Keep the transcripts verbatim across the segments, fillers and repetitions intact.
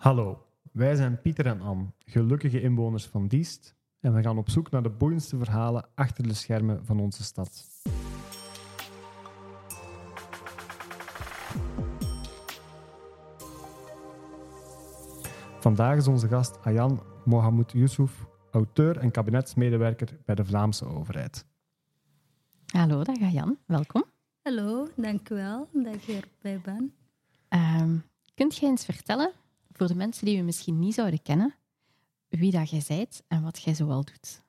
Hallo, wij zijn Pieter en Anne, gelukkige inwoners van Diest, en we gaan op zoek naar de boeiendste verhalen achter de schermen van onze stad. Vandaag is onze gast Ayaan Mohamed Yusuf, auteur en kabinetsmedewerker bij de Vlaamse overheid. Hallo, dag Ayaan, welkom. Hallo, dank u wel dat ik hierbij ben. Um, kunt jij eens vertellen, voor de mensen die we misschien niet zouden kennen, wie dat jij bent en wat jij zoal doet?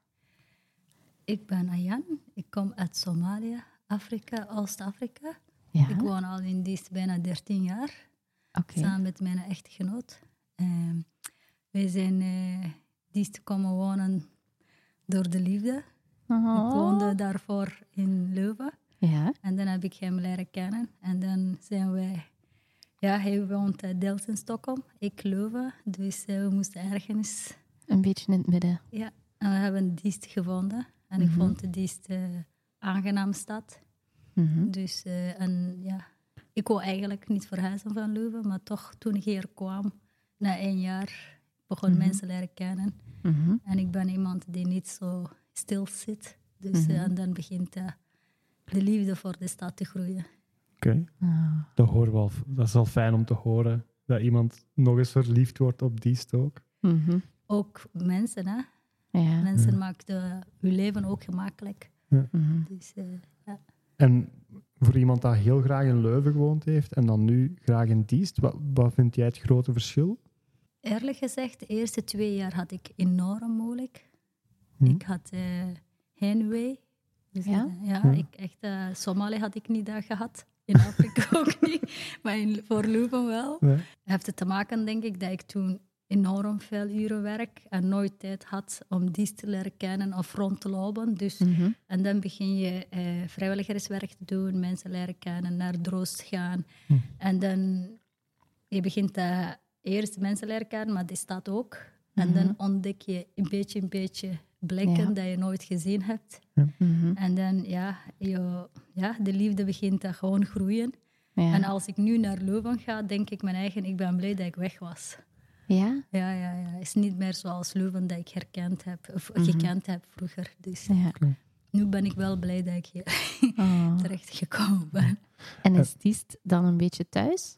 Ik ben Ayaan, ik kom uit Somalië, Afrika, Oost-Afrika. Ja? Ik woon al in Diest bijna dertien jaar, okay. samen met mijn echtgenoot. Uh, wij zijn uh, Diest komen wonen door de liefde. Oh. Ik woonde daarvoor in Leuven. Ja? En dan heb ik hem leren kennen. En dan zijn wij... Ja, hij woont uh, deels in Stockholm, ik Leuven. Dus uh, we moesten ergens... Een beetje in het midden. Ja, en we hebben Diest gevonden. En mm-hmm. ik vond de Diest een uh, aangenaam stad. Mm-hmm. Dus, uh, en ja... Ik wou eigenlijk niet verhuizen van Leuven, maar toch, toen ik hier kwam, na één jaar, begon mm-hmm. mensen leren kennen. Mm-hmm. En ik ben iemand die niet zo stil zit. Dus mm-hmm. uh, en dan begint uh, de liefde voor de stad te groeien. Oké, okay. oh. dat, wel, dat is wel fijn om te horen, dat iemand nog eens verliefd wordt op Diest ook. Mm-hmm. Ook mensen, hè. Ja. Mensen ja. maken hun leven ook gemakkelijk. Ja. Mm-hmm. Dus, uh, ja. En voor iemand dat heel graag in Leuven gewoond heeft en dan nu graag in Diest, wat, wat vind jij het grote verschil? Eerlijk gezegd, de eerste twee jaar had ik enorm moeilijk. Hm. Ik had uh, heimwee. Dus, ja? Uh, ja, ja. Ik, echt, uh, Somalië had ik niet daar gehad. In Afrika ook niet. Maar in, voor Leuven wel. Ja. Het heeft te maken, denk ik, dat ik toen enorm veel uren werk en nooit tijd had om Diest te leren kennen of rond te lopen. Dus, mm-hmm. En dan begin je uh, vrijwilligerswerk te doen, mensen leren kennen, naar Droost gaan. Hm. En dan je begint uh, eerst mensen leren kennen, maar die staat ook. Mm-hmm. En dan ontdek je een beetje, een beetje blikken ja. dat je nooit gezien hebt. Ja. Mm-hmm. En dan, ja, je, ja, de liefde begint uh, gewoon groeien. Ja. En als ik nu naar Leuven ga, denk ik mijn eigen, ik ben blij dat ik weg was. Ja? Ja, ja, ja. Het is niet meer zoals Leuven dat ik herkend heb, of mm-hmm. gekend heb vroeger. Dus ja. nu ben ik wel blij dat ik hier oh. terecht gekomen ben. En is Diest dan een beetje thuis?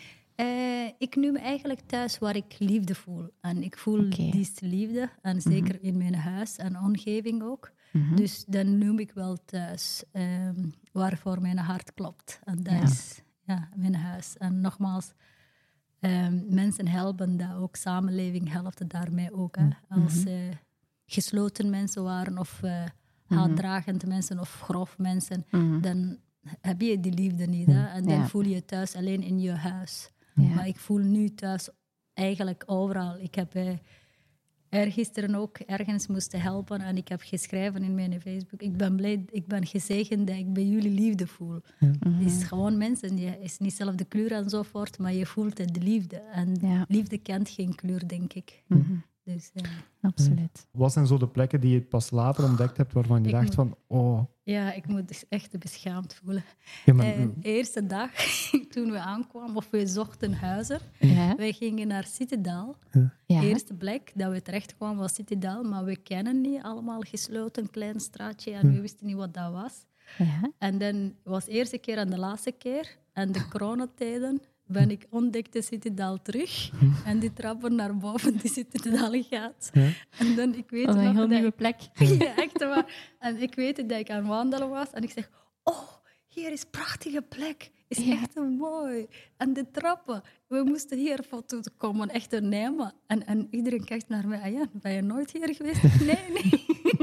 Uh, ik noem eigenlijk thuis waar ik liefde voel. En ik voel okay. Diest liefde, en zeker mm-hmm. in mijn huis en omgeving ook. Mm-hmm. Dus dan noem ik wel thuis um, waarvoor mijn hart klopt. En dat ja. is ja, mijn huis. En nogmaals, um, mensen helpen dat ook, samenleving helpt daarmee ook. Hè. Als uh, gesloten mensen waren of uh, haatdragende mm-hmm. mensen of grof mensen, mm-hmm. dan heb je die liefde niet. Hè. En dan ja. voel je je thuis alleen in je huis. Ja. Maar ik voel nu thuis eigenlijk overal. Ik heb uh, eergisteren ook ergens moesten helpen en ik heb geschreven in mijn Facebook, ik ben blij, ik ben gezegend dat ik bij jullie liefde voel. Mm-hmm. Het is gewoon mensen, je is niet zelf de kleur enzovoort, maar je voelt het, de liefde. En ja. liefde kent geen kleur, denk ik. Mm-hmm. Dus, uh, Absoluut. Wat zijn zo de plekken die je pas later ontdekt hebt, waarvan je ik dacht moet, van, oh... Ja, ik moet dus echt beschaamd voelen. Ja, maar, uh, de eerste dag, toen we aankwamen, of we zochten huizen, ja. wij gingen naar Citadel. Ja. Ja. De eerste plek dat we terecht kwamen was Citadel, maar we kennen niet allemaal gesloten, een klein straatje, en ja. we wisten niet wat dat was. Ja. En dan was de eerste keer en de laatste keer, en de coronatijden, ben ik ontdekte Citadel terug. En die trappen naar boven, die Citadel gaat. Ja. En dan, ik weet oh, nog een heel dat nieuwe ik, plek. ja, echt waar. En ik weet dat ik aan het wandelen was. En ik zeg, oh, hier is een prachtige plek. Is ja. echt mooi. En de trappen. We moesten hier foto komen, echt nemen. En, en iedereen kijkt naar mij. Ah ja, ben je nooit hier geweest? Nee, nee.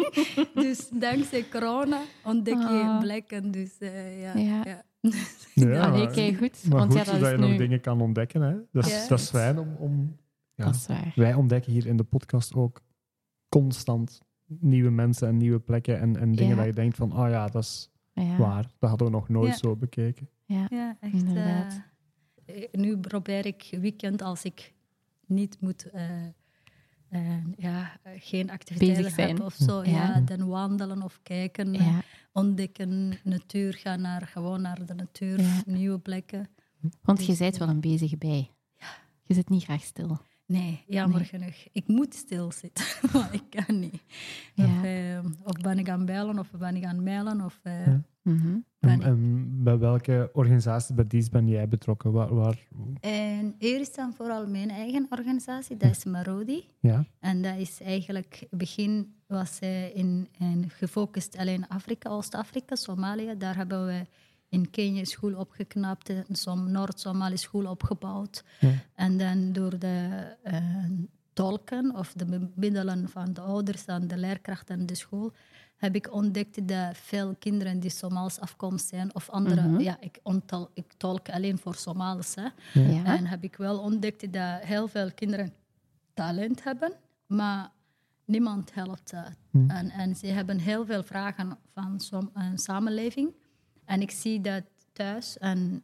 Dus dankzij corona ontdek je oh. plekken. Dus uh, ja. ja. ja. Ja, nee, kijk, goed. Maar want goed, ja, dat, dat is je nu... nog dingen kan ontdekken. Hè. Dat, is, ja. dat is fijn om... om ja. Dat is waar. Wij ontdekken hier in de podcast ook constant nieuwe mensen en nieuwe plekken en, en dingen ja. waar je denkt van, oh ja, dat is ja. waar. Dat hadden we nog nooit ja. zo bekeken. Ja, ja echt. inderdaad. Uh, nu probeer ik weekend, als ik niet moet... Uh, Uh, ja, geen activiteiten hebben of zo. Ja. Ja, dan wandelen of kijken, ja. ontdekken, natuur, gaan naar, gewoon naar de natuur, ja. nieuwe plekken. Want dus, je bent wel een bezige bij. Ja. Je zit niet graag stil. Nee, jammer Nee. genoeg. Ik moet stilzitten, maar ik kan niet. Ja. Of, eh, of ben ik aan het bellen, of ben ik aan het mailen, of... eh, Ja. Mhm. ben En, ik- en bij welke organisatie bij Diest ben jij betrokken? Waar, waar, En eerst en vooral mijn eigen organisatie, dat is Marodi. ja? En dat is eigenlijk, in het begin was uh, in, in gefocust alleen Afrika, Oost-Afrika, Somalië. Daar hebben we in Kenia een school opgeknapt, een Som- Noord-Somalië school opgebouwd. Ja. En dan door de uh, tolken of de middelen van de ouders en de leerkrachten en de school, heb ik ontdekt dat veel kinderen die Somaals afkomst zijn, of andere, Mhm. ja, ik, ontal, ik tolk alleen voor Somaals, hè. Ja. En heb ik wel ontdekt dat heel veel kinderen talent hebben, maar niemand helpt dat. Hmm. En, en ze hebben heel veel vragen van som, een samenleving. En ik zie dat thuis en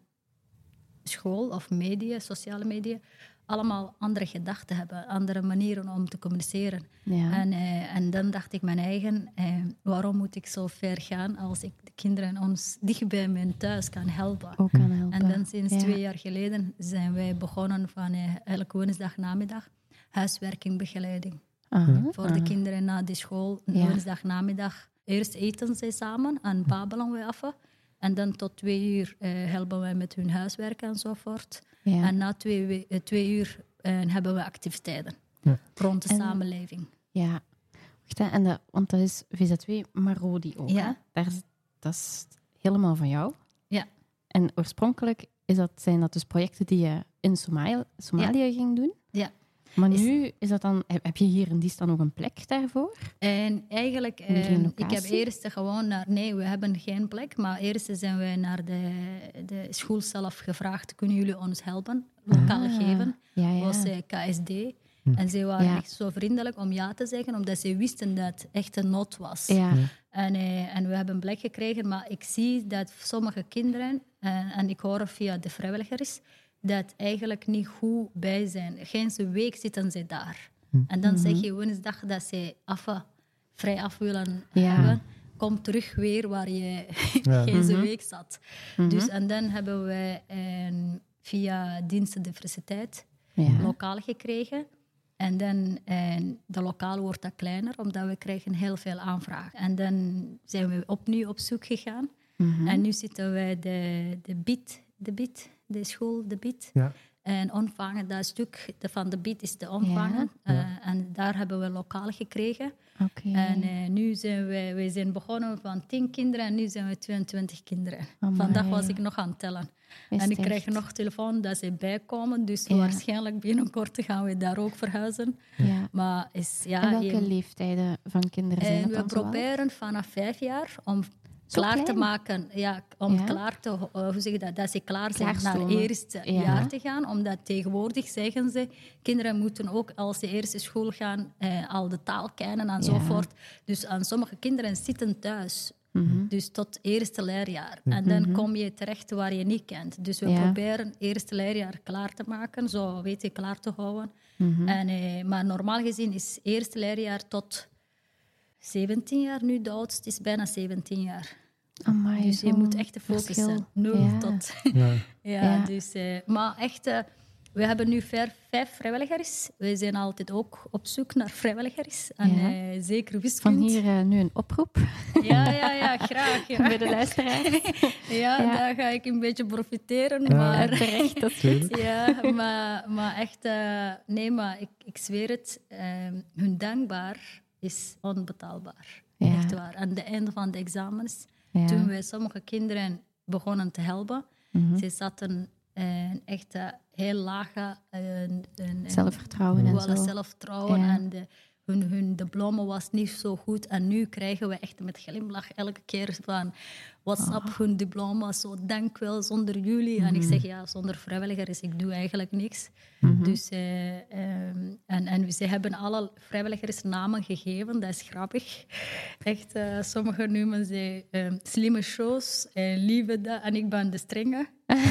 school of media, sociale media, allemaal andere gedachten hebben, andere manieren om te communiceren. Ja. En, eh, en dan dacht ik mijn eigen, eh, waarom moet ik zo ver gaan als ik de kinderen ons dicht bij mijn thuis kan helpen? Ook kan helpen. En dan sinds Ja. twee jaar geleden zijn wij begonnen van eh, elke woensdag namiddag huiswerkingbegeleiding. Aha. Voor de kinderen na de school, Ja. woensdag namiddag. Eerst eten zij samen en babbelen we af. En dan tot twee uur eh, helpen wij met hun huiswerk enzovoort. Ja. En na twee, we- eh, twee uur eh, hebben we activiteiten Ja. rond de En- samenleving. Ja. Wacht, hè, en dat, want dat is V Z W Marodi ook. Ja. Hè? Daar is, dat is helemaal van jou. Ja. En oorspronkelijk is dat, zijn dat dus projecten die je in Somalië, Somalië ging doen. Ja. Maar Is- nu is dat dan, heb heb je hier in Diest dan nog een plek daarvoor? En eigenlijk, Hebben jullie een eh, ik heb locatie? eerst gewoon naar... Nee, we hebben geen plek, maar eerst zijn we naar de, de school zelf gevraagd. Kunnen jullie ons helpen? Lokaal Ah, geven. Ja, ja. was eh, K S D. En ze waren Ja. echt zo vriendelijk om ja te zeggen, omdat ze wisten dat het echt een nood was. ja. En, eh, en we hebben een plek gekregen, maar ik zie dat sommige kinderen, eh, en ik hoor via de vrijwilligers, dat eigenlijk niet goed bij zijn. Geen week zitten ze daar. En dan zeg je woensdag dat ze af, vrij af willen Ja. hebben. Kom terug weer waar je Ja. geen Mhm. week zat. Dus, en dan hebben we eh, via diensten diversiteit Ja. lokaal gekregen. En dan en de lokaal wordt dat kleiner, omdat we krijgen heel veel aanvragen. En dan zijn we opnieuw op zoek gegaan. Mhm. En nu zitten wij de, de B I T, de B I T, de school, de B I T. Ja. En ontvangen, dat stuk de- van de B I T is te ontvangen. Ja. Eh, en daar hebben we lokaal gekregen. Oké. En eh, nu zijn we, we zijn begonnen van tien kinderen en nu zijn we tweeëntwintig kinderen. Amai. Vandaag was ik nog aan het tellen. Is en ik het krijg echt? nog telefoon dat ze bijkomen. Dus Ja. waarschijnlijk binnenkort gaan we daar ook verhuizen. Ja. Maar is, ja, En welke je- leeftijden van kinderen zijn en dat we dan zoal? proberen vanaf vijf jaar om Zo klaar te klein? maken. Ja, om Ja. klaar te, uh, hoe zeg je dat, dat ze klaar zijn naar Klaarstomen. eerste Ja. jaar te gaan. Omdat tegenwoordig zeggen ze, kinderen moeten ook als ze eerste school gaan eh, al de taal kennen enzovoort. Dus aan sommige kinderen zitten thuis. Mhm. Dus tot eerste leerjaar. En dan kom je terecht waar je niet kent. Dus we Ja. proberen eerste leerjaar klaar te maken, zo weet je, klaar te houden. Mhm. En, eh, maar normaal gezien is eerste leerjaar tot zeventien jaar. Nu de oudste is bijna zeventien jaar. Amai, Dus je zo'n moet echt focussen. verschil. Nul Ja. tot... Ja. ja, Ja. Dus, eh, maar echt... eh, we hebben nu ver- vijf vrijwilligers. We zijn altijd ook op zoek naar vrijwilligers. En Ja. eh, zeker Van wiskunde. hier eh, nu een oproep Ja, ja, ja, graag. Ja. bij de luisteraars. Ja, Ja. daar ga ik een beetje profiteren. Ja. Maar, Terecht, dat is Tuurlijk. ja, maar, maar echt, eh, nee, maar ik, ik zweer het, eh, hun dankbaar is onbetaalbaar. Ja. Echt waar. Aan het einde van de examens, Ja. toen wij sommige kinderen begonnen te helpen, Mhm. ze zaten eh, echt eh, heel lage eh, een- een- Zelfvertrouwen en Voilà, zo. zelfvertrouwen. Ja. En de, hun, hun diploma was niet zo goed. En nu krijgen we echt met glimlach elke keer van... WhatsApp, Oh. hun diploma, zo dank wel, zonder jullie. En ik zeg, ja, zonder vrijwilligers, ik doe eigenlijk niks. Mhm. Dus, eh, ehm, en, en ze hebben alle vrijwilligers namen gegeven, dat is grappig. Echt, eh, sommigen noemen ze ehm, slimme shows, eh, lieve dat, en ik ben de strenge.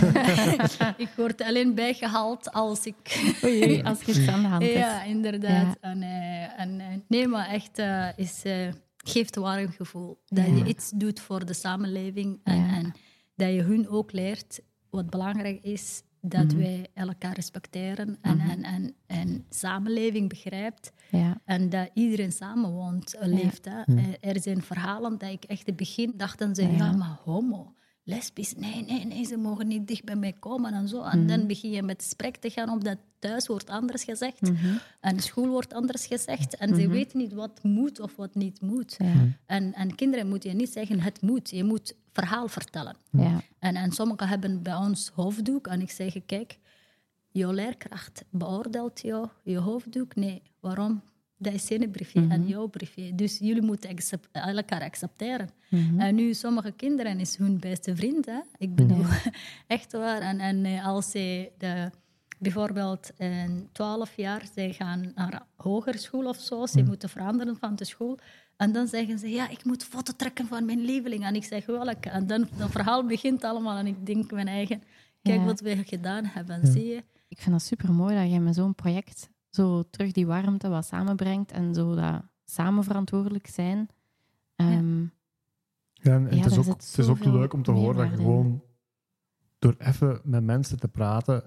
Ik word alleen bijgehaald als ik... Oei, als er iets aan de hand is. Ja, inderdaad. Ja. En, eh, en, eh, nee, maar echt eh, is, eh, geeft een warm gevoel. Dat je iets doet voor de samenleving. En, Ja. en dat je hun ook leert wat belangrijk is dat Mhm. wij elkaar respecteren en, Mhm. en, en, en samenleving begrijpt. Ja. En dat iedereen samenwoont, uh, leeft. Hè. Mhm. Uh, er zijn verhalen dat ik echt in het begin dachten ze, Ja. ja, maar homo, lesbisch, nee, nee, nee, ze mogen niet dicht bij mij komen en zo. En Mhm. dan begin je met gesprek te gaan, omdat thuis wordt anders gezegd. Mhm. En school wordt anders gezegd. En Mhm. ze weten niet wat moet of wat niet moet. Ja. En, en kinderen moet je niet zeggen, het moet. Je moet verhaal vertellen. Ja. En, en sommigen hebben bij ons hoofddoek. En ik zeg, kijk, jouw leerkracht beoordeelt jou, je hoofddoek. Nee, waarom? Dat is zijn briefje Mhm. en jouw briefje. Dus jullie moeten accept- elkaar accepteren. Mhm. En nu, sommige kinderen is hun beste vriend. Hè? Ik bedoel, echt waar. En, en eh, als ze de, bijvoorbeeld in twaalf jaar, zij gaan naar hogerschool of zo, ze moeten veranderen van de school. En dan zeggen ze, ja, ik moet foto trekken van mijn lieveling. En ik zeg, welke? En dan het verhaal begint allemaal. En ik denk mijn eigen, kijk Ja. wat we gedaan hebben, zie je? Ik vind dat super mooi dat je met zo'n project zo terug die warmte wat samenbrengt en zo dat samen verantwoordelijk zijn. Ehm, Ja, en Ja, het is daar ook, zit het is ook zoveel leuk om te horen dat je meerwaarde in. gewoon door even met mensen te praten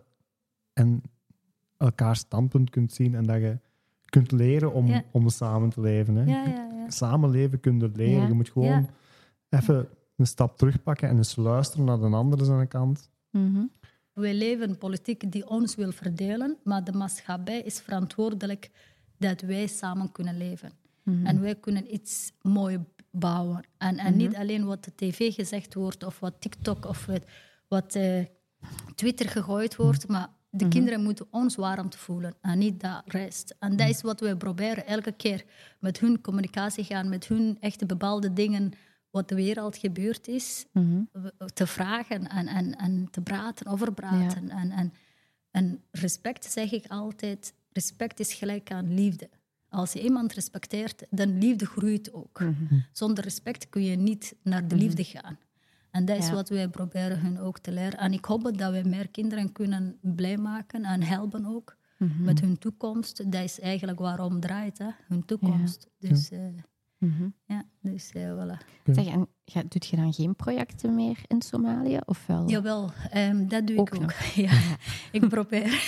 en elkaar standpunt kunt zien en dat je kunt leren om, Ja. om samen te leven. Hè. Ja, ja, ja. Samenleven kun je leren. Ja. Je moet gewoon even een stap terugpakken en eens luisteren naar de andere zijn kant. mhm. We leven een politiek die ons wil verdelen, maar de maatschappij is verantwoordelijk dat wij samen kunnen leven. Mhm. En wij kunnen iets moois bouwen. En, en Mhm. niet alleen wat de tv gezegd wordt, of wat TikTok of wat, wat eh, Twitter gegooid wordt, maar de Mhm. kinderen moeten ons warmte voelen en niet de rest. En dat is wat we proberen elke keer met hun communicatie gaan, met hun echte bepaalde dingen, wat de wereld gebeurd is, Mhm. te vragen en, en, en te praten, over praten. En, en, en respect zeg ik altijd, respect is gelijk aan liefde. Als je iemand respecteert, dan liefde groeit ook. Mhm. Zonder respect kun je niet naar de liefde gaan. En dat is Ja. wat wij proberen hun ook te leren. En ik hoop dat we meer kinderen kunnen blij maken en helpen ook Mhm. met hun toekomst. Dat is eigenlijk waarom het draait, hè? Hun toekomst. Dus, eh, Mhm. ja, dus eh, voilà. Zeg, en ga, doet je dan geen projecten meer in Somalië? Of wel? Jawel, ehm, dat doe Ook ik ook. nog. Ja. Ik probeer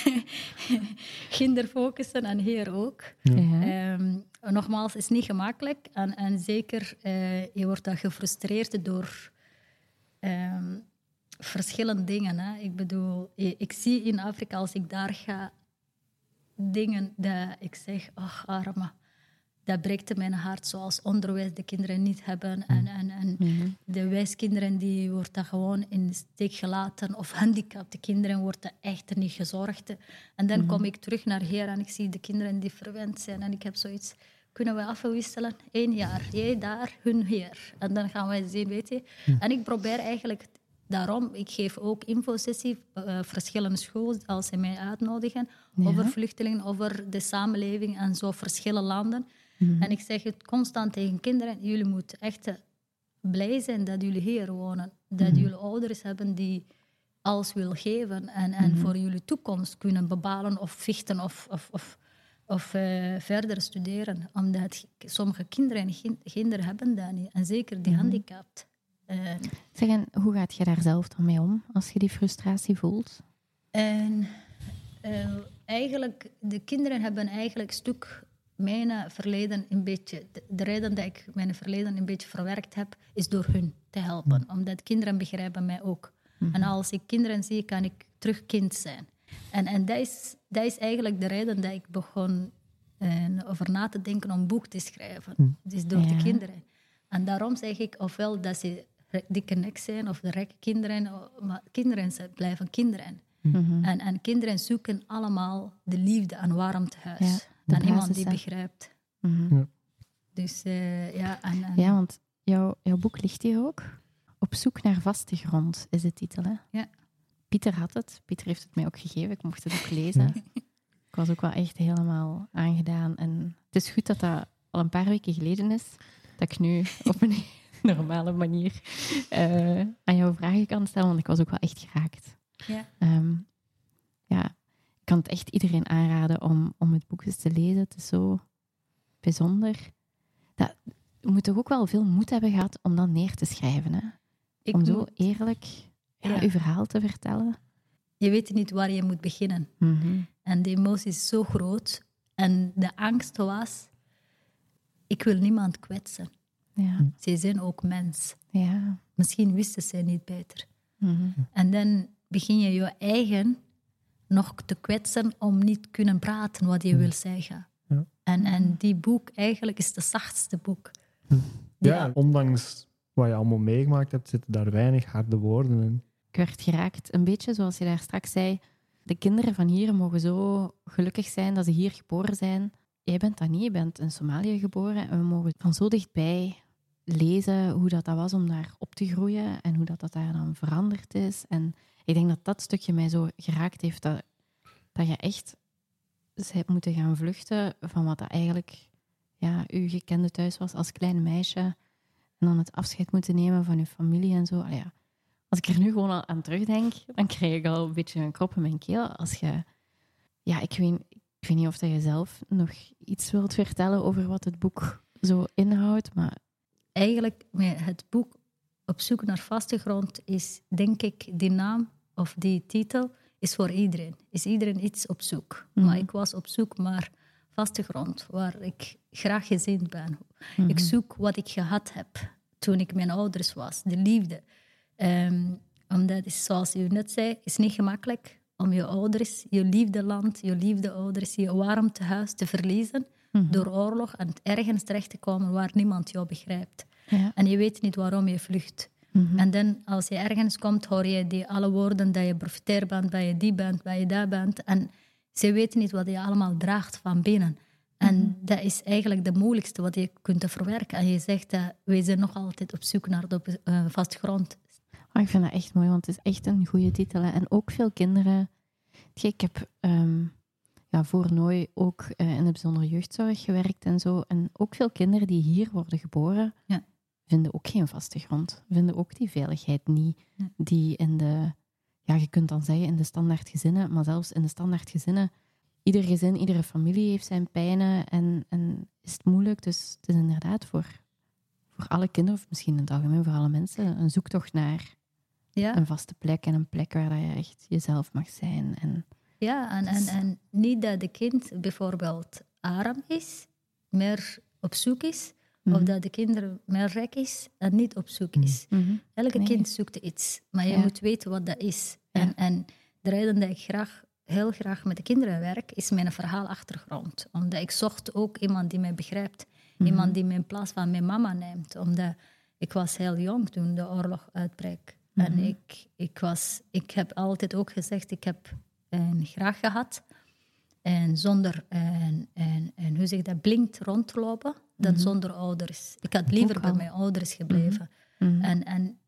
kinderfocussen en hier ook. Ja. Ehm, nogmaals, het is niet gemakkelijk. En, en zeker, eh, je wordt dan gefrustreerd door ehm, verschillende dingen. Hè. Ik bedoel, ik, ik zie in Afrika, als ik daar ga, dingen dat ik zeg, ach, arme. Dat breekt mijn hart, zoals onderwijs de kinderen niet hebben. En, en, en Mhm. de wijskinderen die worden gewoon in de steek gelaten. Of handicapte kinderen worden echt niet gezorgd. En dan kom ik terug naar hier en ik zie de kinderen die verwend zijn. En ik heb zoiets, kunnen we afwisselen? Eén jaar, jij daar, hun hier. En dan gaan we zien, weet je. En ik probeer eigenlijk, daarom, ik geef ook infosessie, uh, verschillende scholen, als ze mij uitnodigen, Ja. over vluchtelingen, over de samenleving en zo, verschillende landen. Mhm. En ik zeg het constant tegen kinderen, jullie moeten echt blij zijn dat jullie hier wonen. Dat Mhm. jullie ouders hebben die alles willen geven en, en Mhm. voor jullie toekomst kunnen bepalen of vechten of, of, of, of eh, verder studeren. Omdat sommige kinderen, kinderen hebben dat niet. En zeker die Mhm. handicapt. Eh, Zeg, en hoe gaat je daar zelf dan mee om als je die frustratie voelt? en eh, eigenlijk, de kinderen hebben eigenlijk een stuk mijn verleden een beetje... De, de reden dat ik mijn verleden een beetje verwerkt heb, is door hun te helpen. Omdat kinderen begrijpen mij ook. Mhm. En als ik kinderen zie, kan ik terug kind zijn. En, en dat, is, dat is eigenlijk de reden dat ik begon eh, over na te denken om een boek te schrijven. Dus door Ja. de kinderen. En daarom zeg ik, ofwel dat ze dikke nek zijn, of de rijke kinderen, maar kinderen zijn, blijven kinderen. Mhm. En, en kinderen zoeken allemaal de liefde en warmte thuis. Ja, de en iemand basis, die hè. begrijpt. Mhm. Ja. Dus eh, ja, en, en- Ja, want jouw, jouw boek ligt hier ook. Op zoek naar vaste grond is de titel, hè? Ja. Pieter had het. Pieter heeft het mij ook gegeven. Ik mocht het ook lezen. Ik was ook wel echt helemaal aangedaan. En het is goed dat dat al een paar weken geleden is. Dat ik nu op een normale manier eh, aan jou vragen kan stellen. Want ik was ook wel echt geraakt. ja. Ehm, ja, ik kan het echt iedereen aanraden om, om het boek eens te lezen. Het is zo bijzonder. Dat, je moet toch ook wel veel moed hebben gehad om dat neer te schrijven. Hè? Ik Om zo moet- eerlijk ja, Ja. uw verhaal te vertellen. je weet niet waar je moet beginnen. Mm-hmm. En de emotie is zo groot. En de angst was, ik wil niemand kwetsen. Ja. Ze zijn ook mens. Ja. Misschien wisten ze niet beter. Mm-hmm. En dan begin je je eigen nog te kwetsen om niet te kunnen praten wat je Mm. wil zeggen. Ja. En, en die boek eigenlijk is de zachtste boek. Ja, Ja. ondanks wat je allemaal meegemaakt hebt, zitten daar weinig harde woorden in. Ik werd geraakt, een beetje zoals je daar straks zei. De kinderen van hier mogen zo gelukkig zijn dat ze hier geboren zijn. Jij bent dat niet, je bent in Somalië geboren. En we mogen van zo dichtbij lezen hoe dat, dat was om daar op te groeien. En hoe dat, dat daar dan veranderd is. En ik denk dat dat stukje mij zo geraakt heeft. Dat, dat je echt hebt moeten gaan vluchten van wat dat eigenlijk ja, uw gekende thuis was als klein meisje. En dan het afscheid moeten nemen van je familie en zo. Allee, ja. Als ik er nu gewoon al aan terugdenk, dan krijg ik al een beetje een krop in mijn keel. Als je, ja, ik weet, ik weet niet of dat je zelf nog iets wilt vertellen over wat het boek zo inhoudt, maar... Eigenlijk, met het boek Op zoek naar vaste grond is, denk ik, die naam of die titel is voor iedereen. Is iedereen iets op zoek. Mhm. Maar ik was op zoek naar vaste grond, waar ik graag gezien ben. Mhm. Ik zoek wat ik gehad heb toen ik mijn ouders was, de liefde. Um, omdat, is, zoals u net zei, is niet gemakkelijk om je ouders, je liefde land, je liefde ouders, je warmte huis te verliezen Mhm. door oorlog en ergens terecht te komen waar niemand jou begrijpt. Ja. En je weet niet waarom je vlucht. Mhm. En dan, als je ergens komt, hoor je die alle woorden dat je profiteer bent, dat je die bent, dat je daar bent. En ze weten niet wat je allemaal draagt van binnen. En Mhm. dat is eigenlijk de moeilijkste wat je kunt verwerken. En je zegt dat wij zijn nog altijd op zoek naar de uh, vaste grond. Oh, ik vind dat echt mooi, want het is echt een goede titel. Hè. En ook veel kinderen... Ik heb um, ja, voor Nooi ook uh, in de bijzondere jeugdzorg gewerkt en zo. En ook veel kinderen die hier worden geboren, ja. vinden ook geen vaste grond. Vinden ook die veiligheid niet. Ja. Die in de... Ja, je kunt dan zeggen in de standaard gezinnen, maar zelfs in de standaard gezinnen... Ieder gezin, iedere familie heeft zijn pijnen en, en is het moeilijk. Dus het is inderdaad voor, voor alle kinderen, of misschien in het algemeen voor alle mensen, een zoektocht naar Ja. een vaste plek en een plek waar dat je echt jezelf mag zijn. En, Ja, en, en, en niet dat de kind bijvoorbeeld arm is, meer op zoek is, mm-hmm. of dat de kind meer rijk is en niet op zoek is. Mm-hmm. Elke Nee. kind zoekt iets, maar je Ja. moet weten wat dat is. Ja. En, en de reden dat ik graag, heel graag met de kinderen werk, is mijn verhaalachtergrond. Omdat ik zocht ook iemand die mij begrijpt. Mm-hmm. Iemand die mij in plaats van mijn mama neemt. Omdat ik was heel jong toen de oorlog uitbreek. Mm-hmm. En ik, ik, was, ik heb altijd ook gezegd, ik heb een graag gehad. En zonder, en, en, en hoe zeg je dat, blinkt rondlopen, dan Mm-hmm. zonder ouders. Ik had liever Ook bij al. mijn ouders gebleven. Mm-hmm. En, en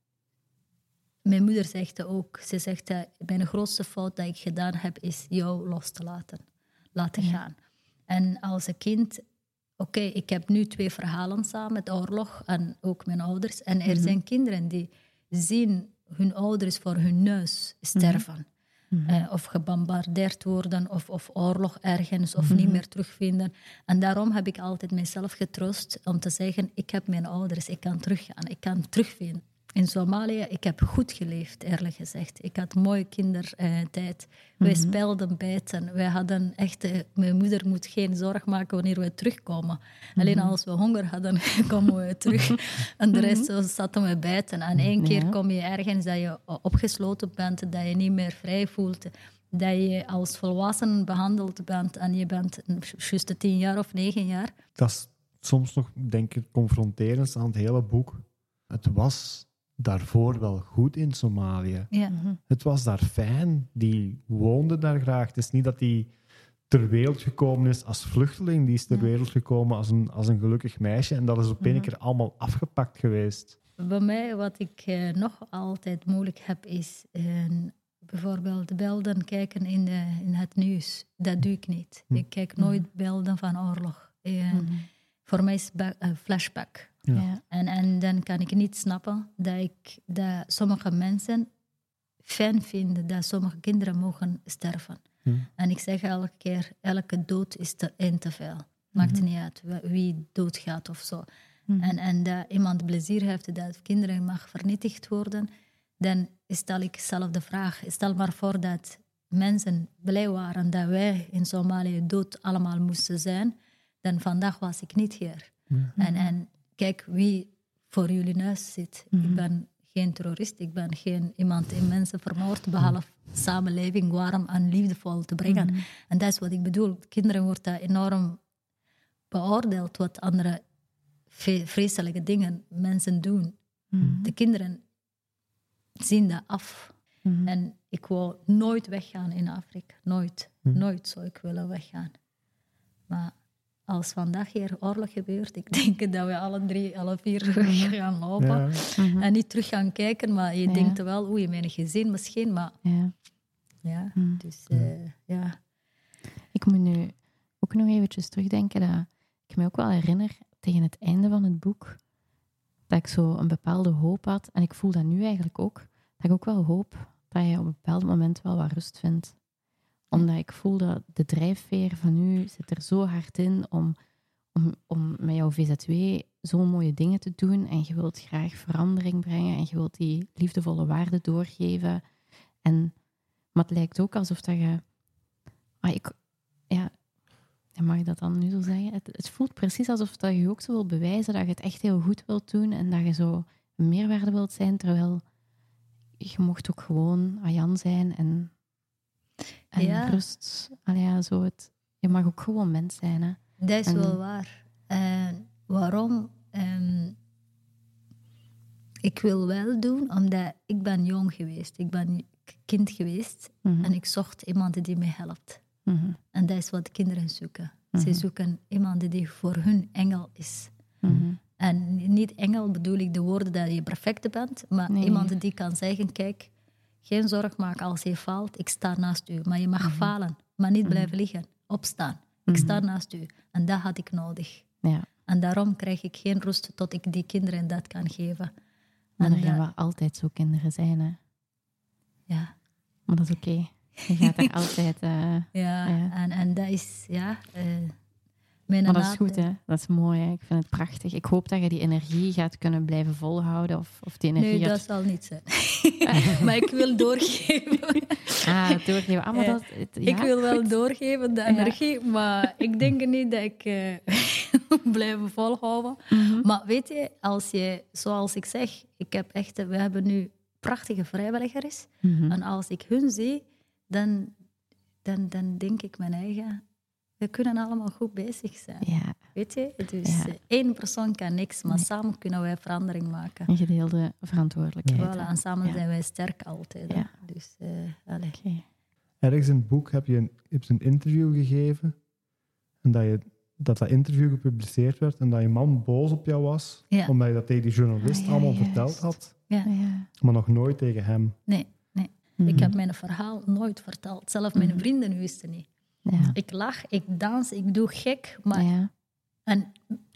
mijn moeder zegt dat ook. Ze zegt dat mijn grootste fout dat ik gedaan heb, is jou los te laten. Laten Ja. gaan. En als een kind... Oké, okay, ik heb nu twee verhalen samen, met oorlog en ook mijn ouders. En er Mm-hmm. zijn kinderen die zien hun ouders voor hun neus sterven. Mm-hmm. Uh, of gebombardeerd worden, of, of oorlog ergens, of Mm-hmm. niet meer terugvinden. En daarom heb ik altijd mezelf getroost om te zeggen, ik heb mijn ouders, ik kan teruggaan, ik kan terugvinden. In Somalië, ik heb goed geleefd, eerlijk gezegd. Ik had mooie kindertijd. Uh, wij Mm-hmm. speelden buiten. Wij hadden echt... Uh, mijn moeder moet geen zorg maken wanneer we terugkomen. Mm-hmm. Alleen als we honger hadden, komen we terug. En de rest mm-hmm. zaten we buiten. En één keer ja. kom je ergens dat je opgesloten bent, dat je niet meer vrij voelt, dat je als volwassene behandeld bent en je bent juist tien jaar of negen jaar. Dat is soms nog, denk ik, confronterend aan het hele boek. Het was... daarvoor wel goed in Somalië. Ja. Mm-hmm. Het was daar fijn. Die woonde daar graag. Het is niet dat die ter wereld gekomen is als vluchteling. Die is ter ja. wereld gekomen als een, als een gelukkig meisje. En dat is op een mm-hmm. keer allemaal afgepakt geweest. Bij mij, wat ik uh, nog altijd moeilijk heb, is uh, bijvoorbeeld beelden kijken in, de, in het nieuws. Dat doe ik niet. Mm-hmm. Ik kijk nooit mm-hmm. beelden van oorlog. Uh, mm-hmm. Voor mij is het een flashback. Ja. Ja. En, en dan kan ik niet snappen dat, ik, dat sommige mensen fijn vinden dat sommige kinderen mogen sterven. Hmm. En ik zeg elke keer, elke dood is te, één te veel. Maakt mm-hmm. niet uit wie doodgaat of zo. Mm-hmm. En, en dat iemand plezier heeft dat kinderen mag vernietigd worden, dan stel ik zelf de vraag. Stel maar voor dat mensen blij waren dat wij in Somalië dood allemaal moesten zijn. Dan vandaag was ik niet hier. Ja. En, en kijk wie voor jullie neus zit. Mm-hmm. Ik ben geen terrorist. Ik ben geen iemand die mensen vermoord. Behalve samenleving warm en liefdevol te brengen. Mm-hmm. En dat is wat ik bedoel. Kinderen worden enorm beoordeeld wat andere ve- vreselijke dingen mensen doen. Mm-hmm. De kinderen zien dat af. Mm-hmm. En ik wil nooit weggaan in Afrika. Nooit. Hm. Nooit zou ik willen weggaan. Maar als vandaag hier oorlog gebeurt, ik denk dat we alle drie, alle vier weg gaan lopen. Ja. Mm-hmm. En niet terug gaan kijken, maar je Ja. denkt wel, oei, mijn gezin misschien, maar Ja. ja, Mm. dus eh, ja. Ik moet nu ook nog eventjes terugdenken dat ik me ook wel herinner tegen het einde van het boek dat ik zo een bepaalde hoop had. En ik voel dat nu eigenlijk ook. Dat ik ook wel hoop dat je op een bepaald moment wel wat rust vindt. Omdat ik voel dat de drijfveer van u zit er zo hard in om, om, om met jouw V Z W zo mooie dingen te doen. En je wilt graag verandering brengen en je wilt die liefdevolle waarden doorgeven. En, maar het lijkt ook alsof dat je... Ah, ik, ja, mag ik dat dan nu zo zeggen? Het, het voelt precies alsof dat je ook zo wil bewijzen dat je het echt heel goed wilt doen en dat je zo een meerwaarde wilt zijn, terwijl je mocht ook gewoon Ayan zijn en, en Ja. rust. Allee, ja, zo het, je mag ook gewoon mens zijn. Hè? Dat is En- wel waar. En waarom? Ehm, ik wil wel doen, omdat ik ben jong geweest. Ik ben kind geweest Mhm, en ik zocht iemand die me helpt. mhm, En dat is wat kinderen zoeken. Mhm. Ze zoeken iemand die voor hun engel is. mhm, En niet engel bedoel ik de woorden dat je perfect bent, maar Nee. iemand die kan zeggen, kijk, geen zorg maken als je faalt, ik sta naast u. Maar je mag falen, maar niet blijven liggen, opstaan. Ik sta naast u. En dat had ik nodig. ja, En daarom krijg ik geen rust tot ik die kinderen dat kan geven. maar En er gaan dat- wel altijd zo kinderen zijn. Hè? ja, Maar dat is oké. Je gaat er altijd... eh, ja. Ja. En, en dat is, ja... eh, mijn Maar dat is naad- goed, hè? Dat is mooi, hè? Ik vind het prachtig. Ik hoop dat je die energie gaat kunnen blijven volhouden. Of, of die energie Nee, dat gaat... zal niet zijn. Maar ik wil doorgeven. Ah, doorgeven. Ah, maar Ja. dat... het- ja, ik wil wel goed. doorgeven, de energie, maar ik denk niet dat ik eh blijf volhouden. Mhm. Maar weet je, als je, zoals ik zeg, ik heb echt, we hebben nu prachtige vrijwilligers. Mhm. En als ik hun zie, dan, dan, dan denk ik mijn eigen, we kunnen allemaal goed bezig zijn. Ja, Weet je, dus Ja. eh, één persoon kan niks, maar Nee. samen kunnen wij verandering maken. een gedeelde verantwoordelijkheid. Voilà, hè. en samen Ja. zijn wij sterk altijd. hè. Ja. Dus, eh allee. Oké. Ergens in het boek heb je een, heb je een interview gegeven. En dat, je, dat dat interview gepubliceerd werd. En dat je man boos op jou was. Ja. Omdat je dat tegen die journalist Ah, ja, allemaal juist. verteld had. Ja. Ah, ja. Maar nog nooit tegen hem. Nee, nee. Mhm. Ik heb mijn verhaal nooit verteld. Zelfs mijn Mhm. vrienden wisten niet. Ja. Ik lach, ik dans, ik doe gek, maar ja, en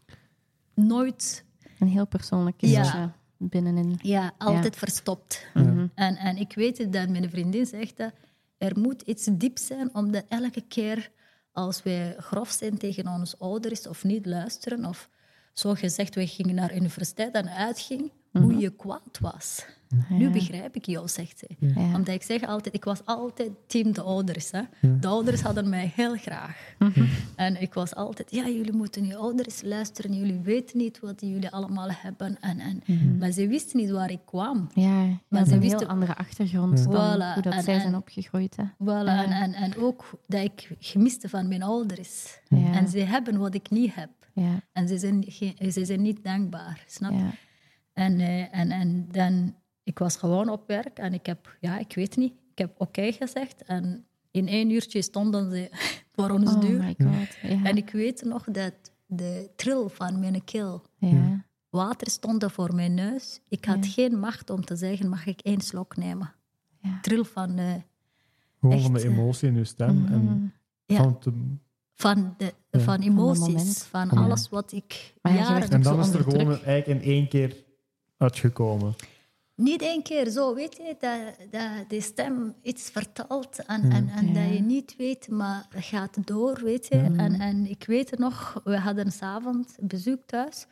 nooit, een heel persoonlijk Ja. iets binnenin. ja, altijd verstopt. Mhm. En, en ik weet dat mijn vriendin zegt dat er moet iets diep zijn, omdat elke keer als wij grof zijn tegen onze ouders of niet luisteren, of zo gezegd, wij gingen naar de universiteit en uitging, hoe je kwaad was. Nu begrijp ik jou, zegt ze. Ja. Omdat ik zeg altijd, ik was altijd team de ouders. Hè. De ouders hadden mij heel graag. Mhm. En ik was altijd, ja, jullie moeten je ouders luisteren, jullie weten niet wat jullie allemaal hebben. En, en, Mhm. Maar ze wisten niet waar ik kwam. Ja, ja, Maar ze ze een wisten- heel andere achtergrond dan Voilà, hoe dat en- zij zijn en- opgegroeid. Hè. Voilà, Ja. en, en, en ook dat ik gemiste van mijn ouders. Ja. En ze hebben wat ik niet heb. Ja, En ze zijn, geen, ze zijn niet dankbaar, snap je? ja. En, eh, en, en dan, ik was gewoon op werk en ik heb, ja, ik weet niet, ik heb oké gezegd. En in één uurtje stonden ze voor ons Oh deur. my god. Ja. En ik weet nog dat de trill van mijn keel, Ja. water stond voor mijn neus. Ik had Ja. geen macht om te zeggen, mag ik één slok nemen? Ja. Trill van, eh, Gewoon Echt, van de eh, emotie in je stem. Mhm. En Ja. van te, van, de, Ja. van Van emoties, dat moment. van Ja. alles wat ik Maar ja, je jaren... werd en ook dan zo is er onder gewoon druk. eigenlijk in één keer uitgekomen. Niet één keer zo, weet je, dat, dat de stem iets vertelt en, en, en Ja. dat je niet weet, maar het gaat door, weet je. En, en ik weet nog, we hadden s'avonds bezoek thuis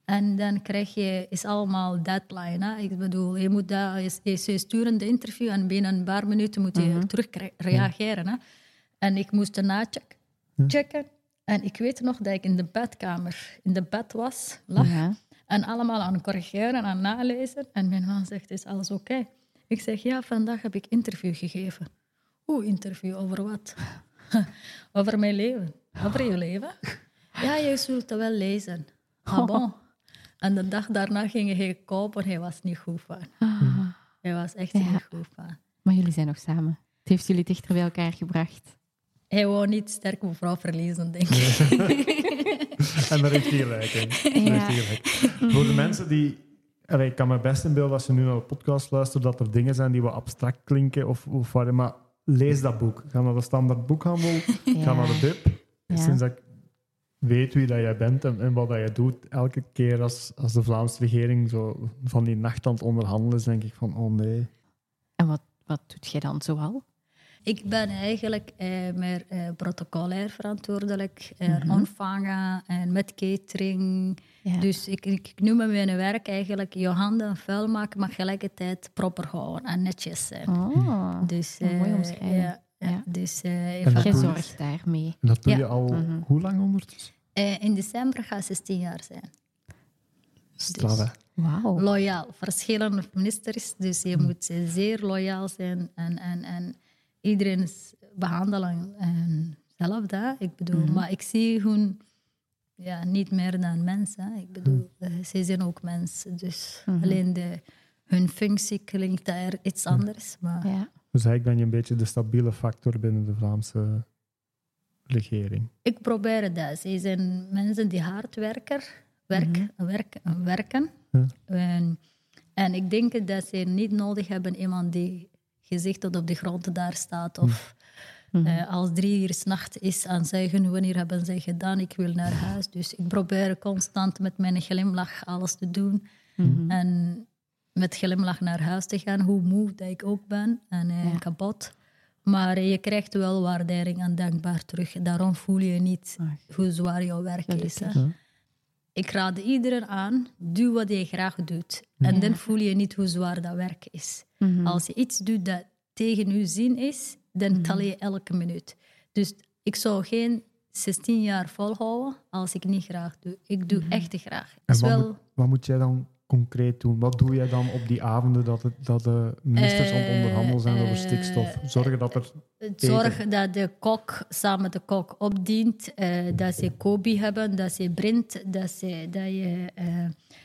En dan krijg je, is allemaal deadline. Hè? Ik bedoel, je moet dat, je, je sturen de interview en binnen een paar minuten moet je Mhm. terug reageren. Hè? En ik moest daarna check, checken. En ik weet nog dat ik in de bedkamer, in de bed was, lag. Ja. En allemaal aan het corrigeren en aan het nalezen. En mijn man zegt, is alles oké? Okay? Ik zeg, ja, vandaag heb ik interview gegeven. Oeh, interview, over wat? Over mijn leven. Over je leven? Ja, je zult het wel lezen. Ah, bon. En de dag daarna ging hij kopen. Hij was niet goed van. Ah. Hij was echt Ja. niet goed van. Maar jullie zijn nog samen. Het heeft jullie dichter bij elkaar gebracht. Hij wou niet sterk mevrouw verliezen, denk ik. En daar heeft hij gelijk in. Daar heeft hij gelijk. Voor de mensen die... Allee, ik kan me best inbeelden als ze nu naar de podcast luisteren dat er dingen zijn die wat abstract klinken. Of, of wat, maar lees dat boek. Ga naar de standaard boekhandel. Ja. Ga naar de B I P. Ja. Sinds dat ik weet wie dat jij bent en, en wat dat jij doet, elke keer als, als de Vlaamse regering zo van die nacht aan het onderhandelen is, denk ik van, oh nee. En wat, wat doet jij dan zoal? Ik ben eigenlijk eh, meer eh, protocolair verantwoordelijk. Eh, Mhm. Ontvangen en met catering. Ja. Dus ik, ik noem mijn werk eigenlijk je handen vuil maken, maar tegelijkertijd proper houden en netjes zijn. Oh, Dus, een mooie eh, omschrijving. Ja, ja. Ja. Dus, eh, En dat jij doe je- zorgt daarmee. En dat doe Ja. je al Mhm. hoe lang ondertussen? eh, in december gaat zestien jaar zijn. Straf, hè? Wauw. Loyaal. Verschillende ministers, dus je moet eh, zeer loyaal zijn en, en, en iedereen is behandelen en hetzelfde. Hè. Ik bedoel, Mhm. maar ik zie hun ja, niet meer dan mensen. Hè. Ik bedoel, eh, ze zijn ook mensen, dus Mhm. alleen de, hun functie klinkt daar iets anders. Maar Ja. Dus eigenlijk ben je een beetje de stabiele factor binnen de Vlaamse regering. ik probeer dat. Ze zijn mensen die hard werken, werk, Mhm. werk, werken. Ja. En, en ik denk dat ze niet nodig hebben iemand die gezicht tot op de grond daar staat. Of Mhm. eh, als drie uur 's nacht is aan zeggen wanneer hebben zij gedaan, ik wil naar huis. Dus ik probeer constant met mijn glimlach alles te doen. Mhm. En met glimlach naar huis te gaan, hoe moe dat ik ook ben en eh, Ja. kapot. Maar je krijgt wel waardering en dankbaar terug. Daarom voel je niet Ach, hoe zwaar jouw werk is. Hè. Ja. Ik raad iedereen aan, doe wat je graag doet. En Ja. dan voel je niet hoe zwaar dat werk is. Mhm. Als je iets doet dat tegen je zin is, dan Mhm. tel je elke minuut. Dus ik zou geen zestien jaar volhouden als ik niet graag doe. Ik doe Mhm. echt graag. Het En is wat, wel, moet, wat moet jij dan concreet doen? Wat doe jij dan op die avonden dat, het, dat de ministers aan het Eh, onderhandelen zijn over eh, stikstof? Zorgen dat er... het zorgen dat de kok samen met de kok opdient, eh, dat ze Kobe hebben, dat ze Brint, dat, ze, dat je... eh,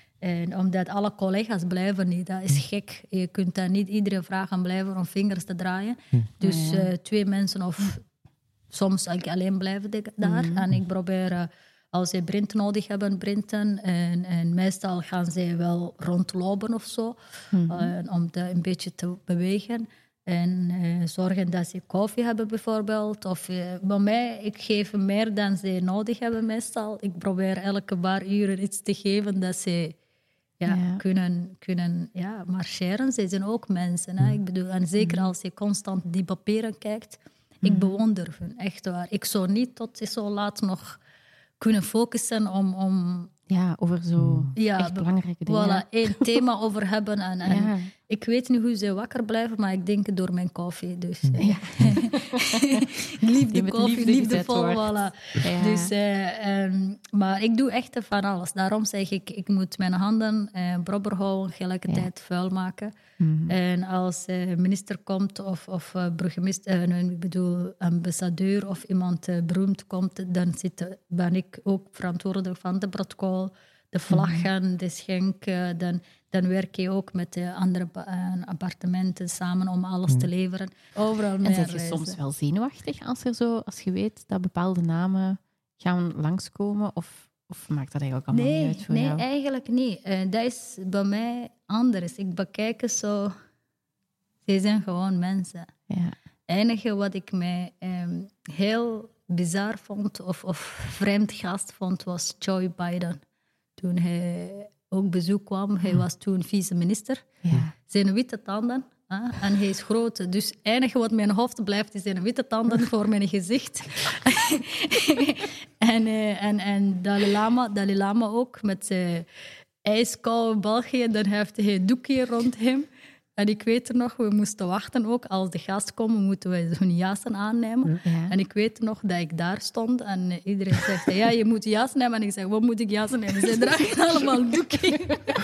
en omdat alle collega's blijven niet, dat is gek. Je kunt daar niet iedere vraag aan blijven om vingers te draaien. Dus Ja, ja. eh, twee mensen of soms eigenlijk alleen blijven de- daar. Mhm. En ik probeer, eh, als ze Brint nodig hebben, Brinten. En, en meestal gaan ze wel rondlopen of zo, Mhm. eh, om te, een beetje te bewegen. En eh, zorgen dat ze koffie hebben bijvoorbeeld. Of eh, bij mij, ik geef meer dan ze nodig hebben meestal. Ik probeer elke paar uur iets te geven dat ze ja, Ja. kunnen, kunnen ja, marcheren. Ze zijn ook mensen. Hè? Ik bedoel, en zeker als je constant die papieren kijkt. Ik bewonder hun, echt waar. Ik zou niet tot zo laat nog kunnen focussen om... om Ja, over zo ja, echt be- belangrijke dingen. voilà, één thema over hebben. En, en Ja. ik weet niet hoe ze wakker blijven, maar ik denk door mijn koffie. Dus, eh, Ja. liefde Die met koffie, liefde liefdevol, gezet wordt. voilà. Ja. Dus, eh, ehm, maar ik doe echt van alles. Daarom zeg ik, ik moet mijn handen eh, proper houden, tegelijkertijd vuil maken. Mhm. En als eh, minister komt of, of uh, burgemeester, eh, nee, ik bedoel ambassadeur of iemand uh, beroemd komt, dan zit, ben ik ook verantwoordelijk van de protocol, de vlaggen, de schenk. Uh, dan, dan werk je ook met de andere uh, appartementen samen om alles te leveren. Overal En mee ben je reizen. soms wel zenuwachtig als, er zo, als je weet dat bepaalde namen gaan langskomen? Of, of maakt dat eigenlijk allemaal Nee, niet uit voor nee jou? eigenlijk niet. Uh, dat is bij mij anders. Ik bekijk het zo... Ze zijn gewoon mensen. Ja. Het enige wat ik mij um, heel bizar vond of, of vreemd gast vond, was Joe Biden. Toen hij ook bezoek kwam, hij was toen vice-minister. Ja. Zijn witte tanden Hè? En hij is groot. Dus het enige wat mijn hoofd blijft, is zijn witte tanden voor mijn gezicht. en, uh, en, en Dalai Lama, Dalai Lama ook, met zijn ijskoude België. Dan heeft hij een doekje rond hem. En ik weet er nog, we moesten wachten ook. Als de gasten komen, moeten we hun jassen aannemen. Ja. En ik weet nog dat ik daar stond en iedereen zegt, ja, je moet jas nemen. En ik zeg, wat moet ik jas nemen? Ze dragen allemaal doekje.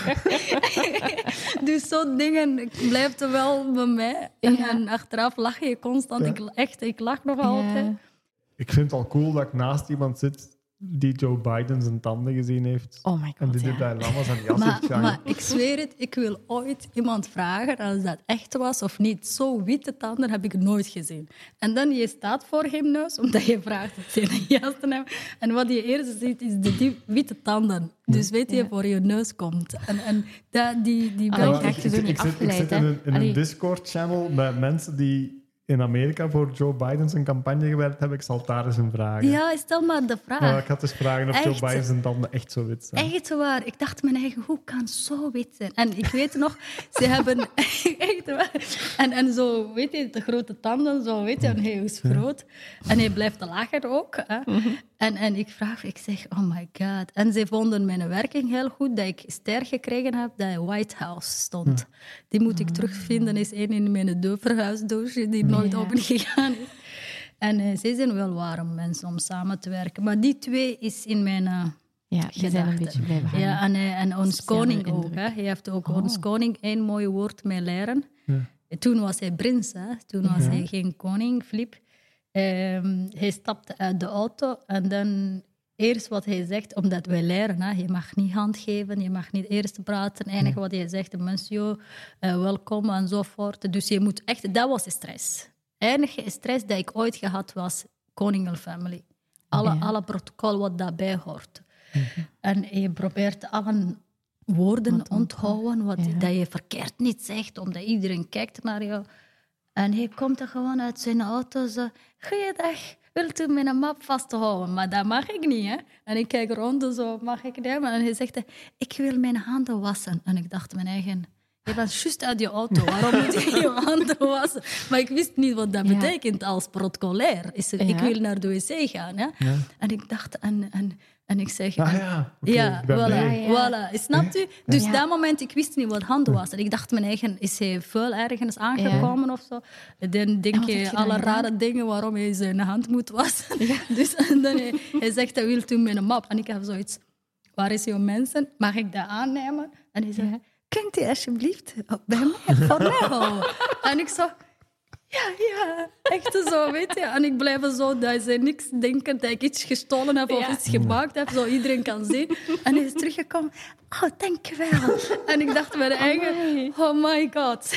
Dus zo'n dingen blijven wel bij mij. En, Ja. en achteraf lach je constant. Ja. Ik, echt, ik lach nog altijd. Ja. Ik vind het al cool dat ik naast iemand zit die Joe Biden zijn tanden gezien heeft. Oh my En god, die ja. de Dalai Lama zijn jas Maar, heeft gehangen. maar ik zweer het, ik wil ooit iemand vragen als dat echt was of niet. Zo witte tanden heb ik nooit gezien. En dan je staat voor hem neus, omdat je vraagt of ze een jas te hebben. En wat je eerst ziet, is de die witte tanden. Dus weet je, Ja. voor je neus komt. En, en dat, die, die Ah, Ja, dan Belgen- krijg je zo ik, niet ik, zit, ik afgeleid, zit in hè? een, in een Allee. Discord-channel met mensen die in Amerika voor Joe Biden zijn campagne gewerkt hebben. Ik zal het daar eens een vragen. Ja, stel maar de vraag. Ja, ik had dus vragen of Joe Echt? Biden zijn tanden echt zo wit zijn. Echt waar. Ik dacht mijn eigen, hoe kan het zo wit zijn? En ik weet nog, ze hebben echt waar. En, en zo, weet je, de grote tanden, zo, weet je, en hij is groot. En hij blijft lachen ook. Hè. En, en ik vraag, ik zeg, oh my god. En ze vonden mijn werking heel goed, dat ik ster gekregen heb dat White House stond. Die moet ik terugvinden, is één in mijn verhuisdoosje die nooit Ja. open gegaan is. En uh, ze zijn wel warm mensen om samen te werken. Maar die twee is in mijn... Uh, Ja, die zijn een gedachten. beetje blijven hangen. Ja, en, uh, en ons Sociale koning ook. indruk. Hè. Hij heeft ook Oh. ons koning één mooi woord mee leren. Ja. Toen was hij prins, hè. Toen was Ja. hij geen koning, Filip. Um, hij stapte uit de auto en dan eerst wat hij zegt, omdat wij leren, hè. Je mag niet hand geven, je mag niet eerst praten. Het enige wat hij zegt, monsieur, uh, welkom enzovoort. Dus je moet echt, dat was de stress. De enige stress dat ik ooit gehad was Koninklijke Family. Alle, Ja. alle protocol wat daarbij hoort. Mm-hmm. En je probeert alle woorden Wat onthouden, wat, ja. dat je verkeerd niet zegt, omdat iedereen kijkt naar jou. En hij komt er gewoon uit zijn auto zo... Goeiedag, wilt u mijn map vasthouden? Maar dat mag ik niet, hè. En ik kijk rond en zo, mag ik dat? En hij zegt, ik wil mijn handen wassen. En ik dacht mijn eigen... Je bent juist uit je auto, waarom moet je je handen wassen? Maar ik wist niet wat dat Ja. betekent als protocolair. Is er, Ja. Ik wil naar de wc gaan, hè. Ja. En ik dacht... En, en, en ik zeg... Ah en- ja, oké, ja, ik ben voilà, blij. Ja, voilà. Snapt u? Dus Ja. dat moment, ik wist niet wat handen was. En ik dacht, mijn eigen, is hij veel ergens aangekomen of zo? En dan denk En wat je heb je alle dan gedaan? rare dingen waarom hij zijn hand moet wassen. Dus en dan hij, hij zegt, hij wil toen met een map. En ik heb zoiets, waar is jouw mensen? Mag ik dat aannemen? En hij zegt, Ja. kunt u alsjeblieft bij mij, voor mij houden? En ik zo... Ja, ja, echt zo, weet je. En ik blijf zo dat ze niks denken dat ik iets gestolen heb of Ja. iets gemaakt heb, zo iedereen kan zien. En hij is teruggekomen. Oh, dankjewel. En ik dacht bij de eigen, oh my god.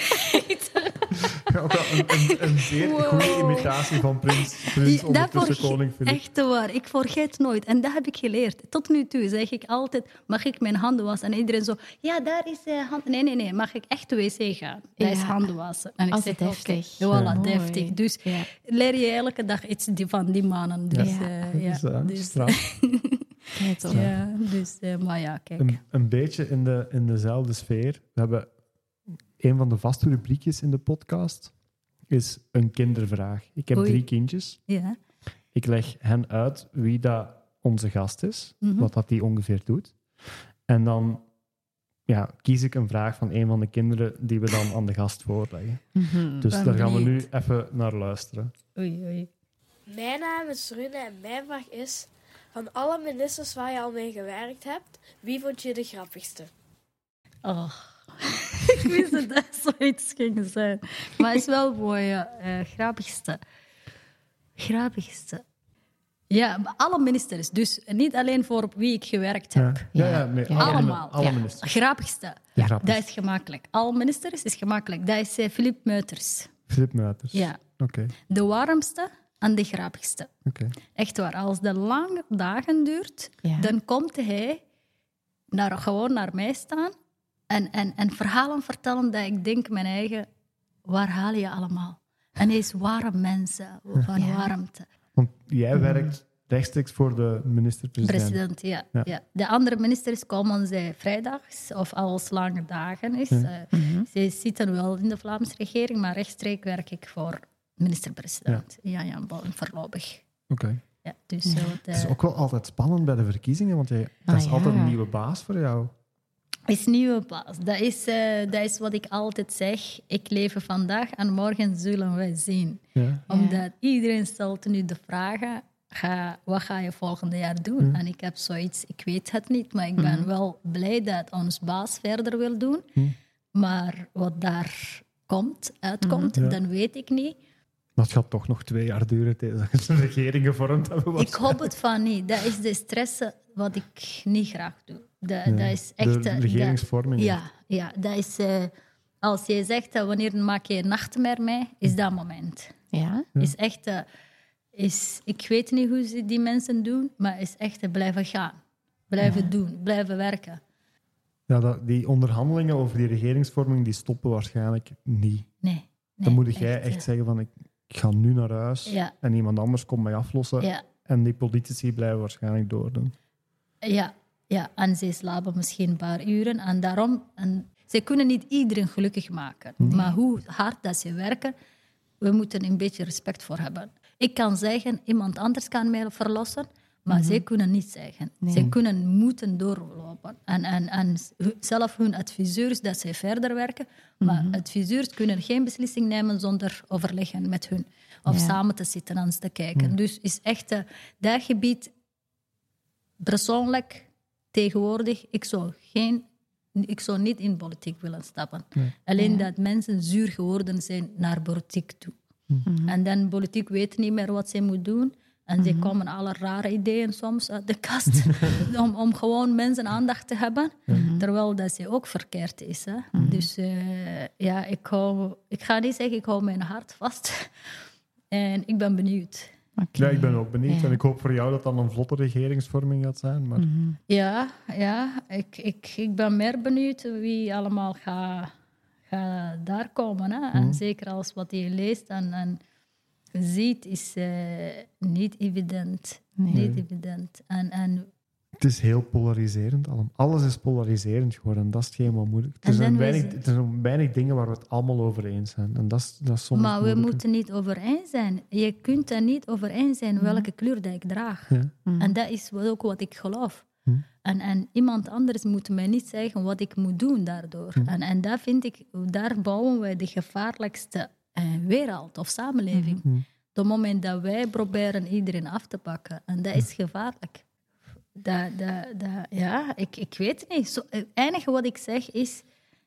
Ja, ook wel een, een, een zeer Wow. goede imitatie van prins, prins Dat ondertussen verge- koning Filip. Echt waar, ik vergeet nooit. En dat heb ik geleerd. Tot nu toe zeg ik altijd, mag ik mijn handen wassen? En iedereen zo, ja, daar is uh, hand... Nee, nee, nee, mag ik echt de wc gaan? Dat is Ja. handen wassen. En ik Als zeg, deftig. oké, voilà, Ja. deftig. Mooi. Dus Ja. leer je elke dag iets die- van die mannen. Dus, Ja. eh, ja. Dus, uh, Dus, straf. Kijk, toch. ja, dus, eh, maar ja, kijk. Een, een beetje in, de, in dezelfde sfeer. We hebben een van de vaste rubriekjes in de podcast is een kindervraag. Ik heb Oei. drie kindjes. Ja. Ik leg hen uit wie dat onze gast is, Mhm. wat dat die ongeveer doet. En dan ja, kies ik een vraag van een van de kinderen die we dan aan de gast voorleggen. Mhm. Dus ben daar gaan we nu benieuwd. even naar luisteren. Oei, oei. Mijn naam is Rune en mijn vraag is... Van alle ministers waar je al mee gewerkt hebt, wie vond je de grappigste? Oh. Ik wist dat dat zoiets ging zijn. Maar het is wel mooi. Uh, grappigste. Grappigste. Ja, maar alle ministers. Dus niet alleen voor wie ik gewerkt heb. Ja, ja, Ja. ja, nee, Ja. alle, Allemaal. alle Ja. ministers. Grappigste. Ja, grappig. Dat is gemakkelijk. Alle ministers is gemakkelijk. Dat is uh, Philip Meuters. Filip Muiters. Ja. Oké, De warmste en de grappigste. oké. Echt waar. Als de lange dagen duurt, Ja. dan komt hij naar, gewoon naar mij staan en, en, en verhalen vertellen dat ik denk mijn eigen, waar haal je allemaal? En hij is warm mensen, van Ja. warmte. Want jij werkt, rechtstreeks voor de minister-president. President, ja, Ja. ja. De andere ministers komen zij vrijdags of als lange dagen is. Ja. Uh, Mhm. Zij zitten wel in de Vlaamse regering, maar rechtstreeks werk ik voor minister-president. Ja, ja, voorlopig. Oké. Ja, dus zo de... Het is ook wel altijd spannend bij de verkiezingen, want jij, dat Ah, is ja. altijd een nieuwe baas voor jou. is nieuwe baas. Dat is, uh, dat is wat ik altijd zeg. Ik leef vandaag en morgen zullen wij zien. Ja. Omdat iedereen stelt nu de vragen, ga, wat ga je volgende jaar doen? Mm. En ik heb zoiets, ik weet het niet, maar ik ben Mm. wel blij dat ons baas verder wil doen. Mm. Maar wat daar komt, uitkomt, Mm. Ja. dan weet ik niet. Maar het gaat toch nog twee jaar duren tegen ze een regering gevormd hebben. Ik hoop het van niet. Dat is de stress wat ik niet graag doe. Dat, Ja. dat is echt... De eh, regeringsvorming. dat- ja, ja, dat is... uh, als je zegt, uh, wanneer maak je een nachtmerrie mee, is dat moment. Ja? Ja. Is echt... Uh, is, ik weet niet hoe ze die mensen doen, maar is echt uh, blijven gaan. Blijven Ja. doen, blijven werken. Ja, dat, die onderhandelingen over die regeringsvorming die stoppen waarschijnlijk niet. Nee. nee Dan moet jij echt uh, zeggen van ik, ik ga nu naar huis Ja. en iemand anders komt mij aflossen. Ja, En die politici blijven waarschijnlijk doordoen. ja, ja, en ze slapen misschien een paar uren. En daarom... En ze kunnen niet iedereen gelukkig maken. Nee. Maar hoe hard dat ze werken, we moeten een beetje respect voor hebben. Ik kan zeggen, iemand anders kan mij verlossen, maar Mhm. zij kunnen niet zeggen. Nee. Ze kunnen moeten doorlopen. En, en, en zelf hun adviseurs, dat ze verder werken. Maar Mhm. adviseurs kunnen geen beslissing nemen zonder overleggen met hun. Of Ja. samen te zitten en te kijken. Ja. Dus is echt uh, dat gebied persoonlijk tegenwoordig, ik zou, geen, ik zou niet in politiek willen stappen. Nee. Alleen Ja. dat mensen zuur geworden zijn naar politiek toe. Mhm. En dan politiek weet niet meer wat ze moet doen. En ze komen alle rare ideeën soms uit de kast om, om gewoon mensen aandacht te hebben. Mhm. Terwijl dat ze ook verkeerd is. Hè? Mhm. Dus uh, ja, ik, hou, ik ga niet zeggen, ik hou mijn hart vast. En ik ben benieuwd. Oké. Ja, ik ben ook benieuwd. Ja. En ik hoop voor jou dat dan een vlotte regeringsvorming gaat zijn. Maar Mhm. Ja, ja ik, ik, ik ben meer benieuwd wie allemaal gaat ga daar komen. Hè? En Mhm. zeker als wat je leest en, en ziet, is uh, niet evident. Nee. Niet evident. En, en, het is heel polariserend. allemaal. Alles is polariserend geworden. Dat is hetgeen wat moeilijk. Er En zijn, dan weinig, we- er zijn weinig dingen waar we het allemaal over eens zijn. En dat is, dat is soms maar we moeilijk. moeten niet over eens zijn. Je kunt er niet over eens zijn welke kleur dat ik draag. Ja. Mhm. En dat is wat- ook wat ik geloof. Hm. En, en iemand anders moet mij niet zeggen wat ik moet doen daardoor. Hm. En, en dat vind ik, daar bouwen wij de gevaarlijkste eh, wereld of samenleving. Hm. Op het moment dat wij proberen iedereen af te pakken. En dat is gevaarlijk. Dat, dat, dat, ja, ik, ik weet het niet. Zo, het enige wat ik zeg is...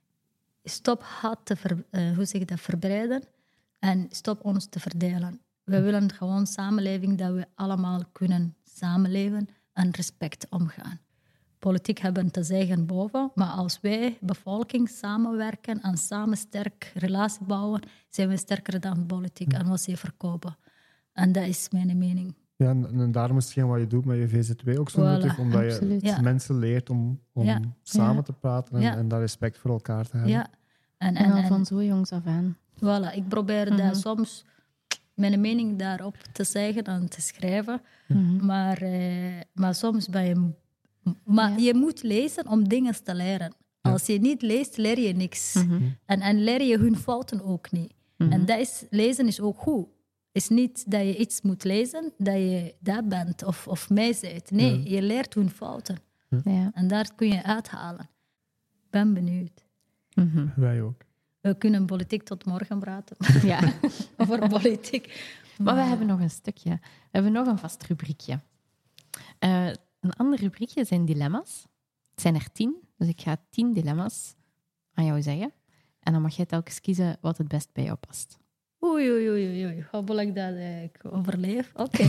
Stop haat te ver, uh, hoe zeg je dat, verbreiden. En stop ons te verdelen. We willen gewoon een samenleving dat we allemaal kunnen samenleven en respect omgaan. Politiek hebben te zeggen boven, maar als wij, bevolking, samenwerken en samen sterk relatie bouwen, zijn we sterker dan politiek en wat ze verkopen. En dat is mijn mening. Ja, en, en daarom is hetgeen wat je doet met je V Z W ook zo Voilà, nuttig, omdat absoluut. je Ja. mensen leert om, om Ja. samen Ja. te praten en, Ja. en daar respect voor elkaar te hebben. Ja. En, En en, al en, van zo jongs af aan. voilà, ik probeer Mhm. daar soms mijn mening daarop te zeggen en te schrijven. Mhm. Maar, eh, maar soms ben je... Maar Ja. je moet lezen om dingen te leren. Ja. Als je niet leest, leer je niks. Mhm. En, en leer je hun fouten ook niet. Mhm. En dat is, lezen is ook goed. Het is niet dat je iets moet lezen, dat je dat bent of, of mij bent. Nee, Ja. je leert hun fouten. Ja. En daar kun je uithalen. Ik ben benieuwd. Mhm. Wij ook. We kunnen politiek tot morgen praten. Ja. Over politiek. Maar we hebben nog een stukje. We hebben nog een vast rubriekje. Uh, een ander rubriekje zijn dilemma's. Het zijn er tien, dus ik ga tien dilemma's aan jou zeggen. En dan mag jij telkens kiezen wat het best bij jou past. Oei, oei, oei, oei, oei. Hopelijk dat ik overleef. Oké.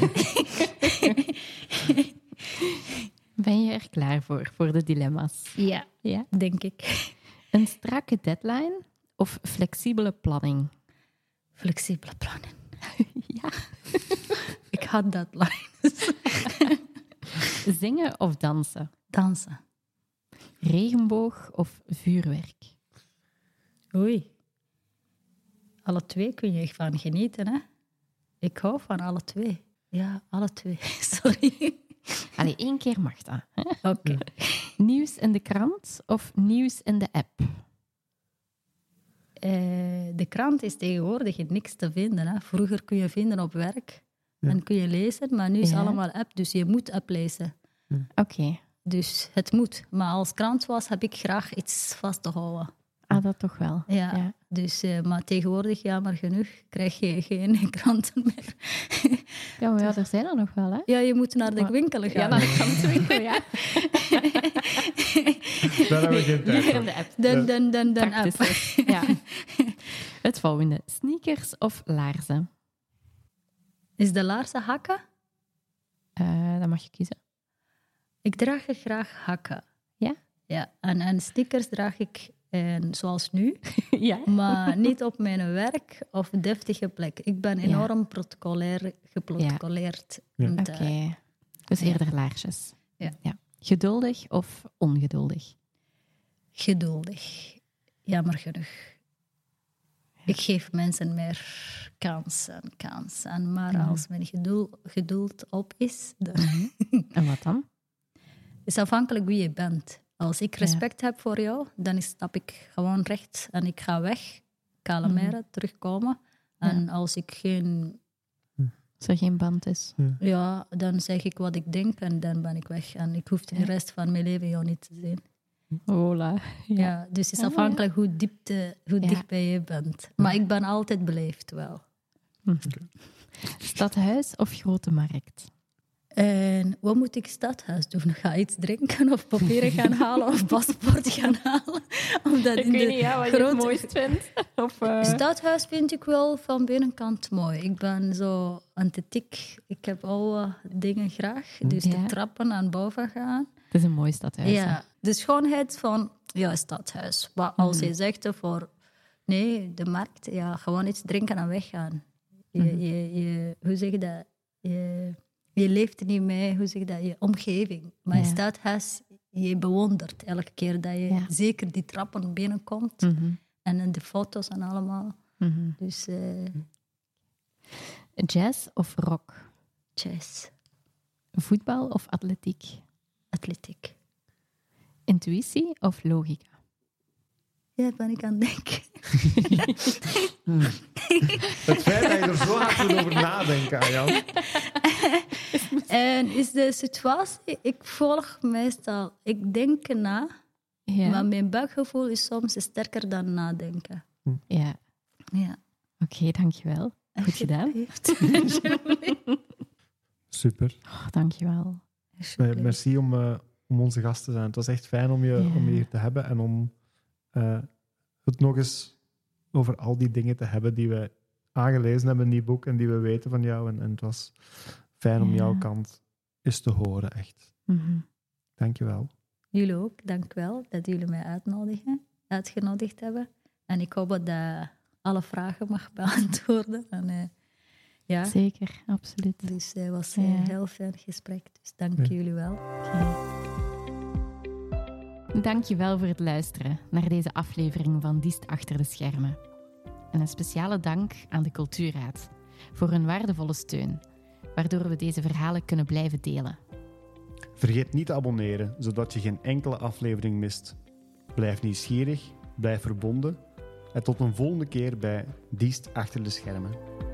Ben je er klaar voor, voor de dilemma's? Ja, Ja. denk ik. Een strakke deadline of flexibele planning? Flexibele plannen. Ja. Ik had deadlines. Zingen of dansen? Dansen. Regenboog of vuurwerk? Oei. Alle twee kun je van genieten, hè? Ik hou van alle twee. Ja, alle twee. Sorry. Allee, één keer mag dat. Hè? Oké. Okay. Nieuws in de krant of nieuws in de app? Uh, de krant is tegenwoordig niks te vinden. Hè. Vroeger kun je vinden op werk ja. en kun je lezen, maar nu is het ja. allemaal app, dus je moet app lezen. Ja. Oké. Okay. Dus het moet. Maar als krant was, heb ik graag iets vast te houden. Ah, dat toch wel. Ja, ja. Dus, uh, maar tegenwoordig, jammer genoeg, krijg je geen kranten meer. Ja, maar ja, er zijn er nog wel, hè? Ja, je moet naar de winkel gaan. Ja, naar de krantenwinkel, ja. Daar hebben we geen tijd voor. De app. Dan, dan, dan, dan app. Ja. Het volgende. Sneakers of laarzen? Is de laarzen hakken? Uh, dan mag je kiezen. Ik draag graag hakken. Ja? Ja, en, en sneakers draag ik en zoals nu, ja. maar niet op mijn werk of deftige plek. Ik ben enorm ja. protocolair geprotocoleerd. Ja. Oké, okay. Dus eerder ja. laarsjes. Ja. Ja. Geduldig of ongeduldig? Geduldig. Jammer genoeg. Ja. Ik geef mensen meer kans en kans. En maar ja. als mijn geduld, geduld op is... Dan en wat dan? Het is afhankelijk wie je bent. Als ik respect ja. heb voor jou, dan stap ik gewoon recht en ik ga weg, kalmeren, mm-hmm. terugkomen. En ja. als ik geen... Als er geen band is. Ja. ja, dan zeg ik wat ik denk en dan ben ik weg. En ik hoef de ja. rest van mijn leven jou niet te zien. Voilà. Ja, ja dus het is afhankelijk hoe, diepte, hoe ja. dicht bij je bent. Maar ik ben altijd beleefd wel. Mm-hmm. Okay. Stadhuis of grote markt? En wat moet ik stadhuis doen? Ga iets drinken of papieren gaan halen of paspoort gaan halen? Omdat ik in weet de niet ja, wat grote... je het mooist vindt. Of, uh... Stadhuis vind ik wel van binnenkant mooi. Ik ben zo antiek. Ik heb oude dingen graag. Dus ja. de trappen aan boven gaan. Het is een mooi stadhuis. Ja, hè? de schoonheid van ja, stadhuis. Maar als mm. je zegt voor nee, de markt, ja, gewoon iets drinken en weggaan. Je, mm. je, je, hoe zeg je dat? Je... Je leeft niet mee, hoe zeg je dat, je omgeving. Maar ja. je stadhuis, je bewondert elke keer dat je ja. zeker die trappen binnenkomt. Mm-hmm. En de foto's en allemaal. Mm-hmm. Dus, uh... Jazz of rock? Jazz. Voetbal of atletiek? Atletiek. Intuïtie of logica? Ja, ben ik aan het denken. hmm. Het feit dat je er zo hard moet over nadenken, Arjan. En is de situatie... Ik volg meestal... Ik denk na, ja. maar mijn buikgevoel is soms sterker dan nadenken. Ja. Ja. Oké, okay, dankjewel. Goed gedaan. Super. Oh, dankjewel. Merci om, uh, om onze gast te zijn. Het was echt fijn om je, ja. om je hier te hebben en om uh, het nog eens over al die dingen te hebben die we aangelezen hebben in die boek en die we weten van jou. En, en het was fijn om ja. jouw kant eens te horen, echt. Mm-hmm. Dank je wel. Jullie ook, dank wel dat jullie mij uitnodigen, uitgenodigd hebben. En ik hoop dat alle vragen mag beantwoorden. En, uh, ja. Zeker, absoluut. Dus het uh, was een ja. heel fijn gesprek. Dus dank ja. jullie wel. Okay. Dank je wel voor het luisteren naar deze aflevering van Diest achter de schermen. En een speciale dank aan de Cultuurraad voor hun waardevolle steun, waardoor we deze verhalen kunnen blijven delen. Vergeet niet te abonneren, zodat je geen enkele aflevering mist. Blijf nieuwsgierig, blijf verbonden en tot een volgende keer bij Diest achter de schermen.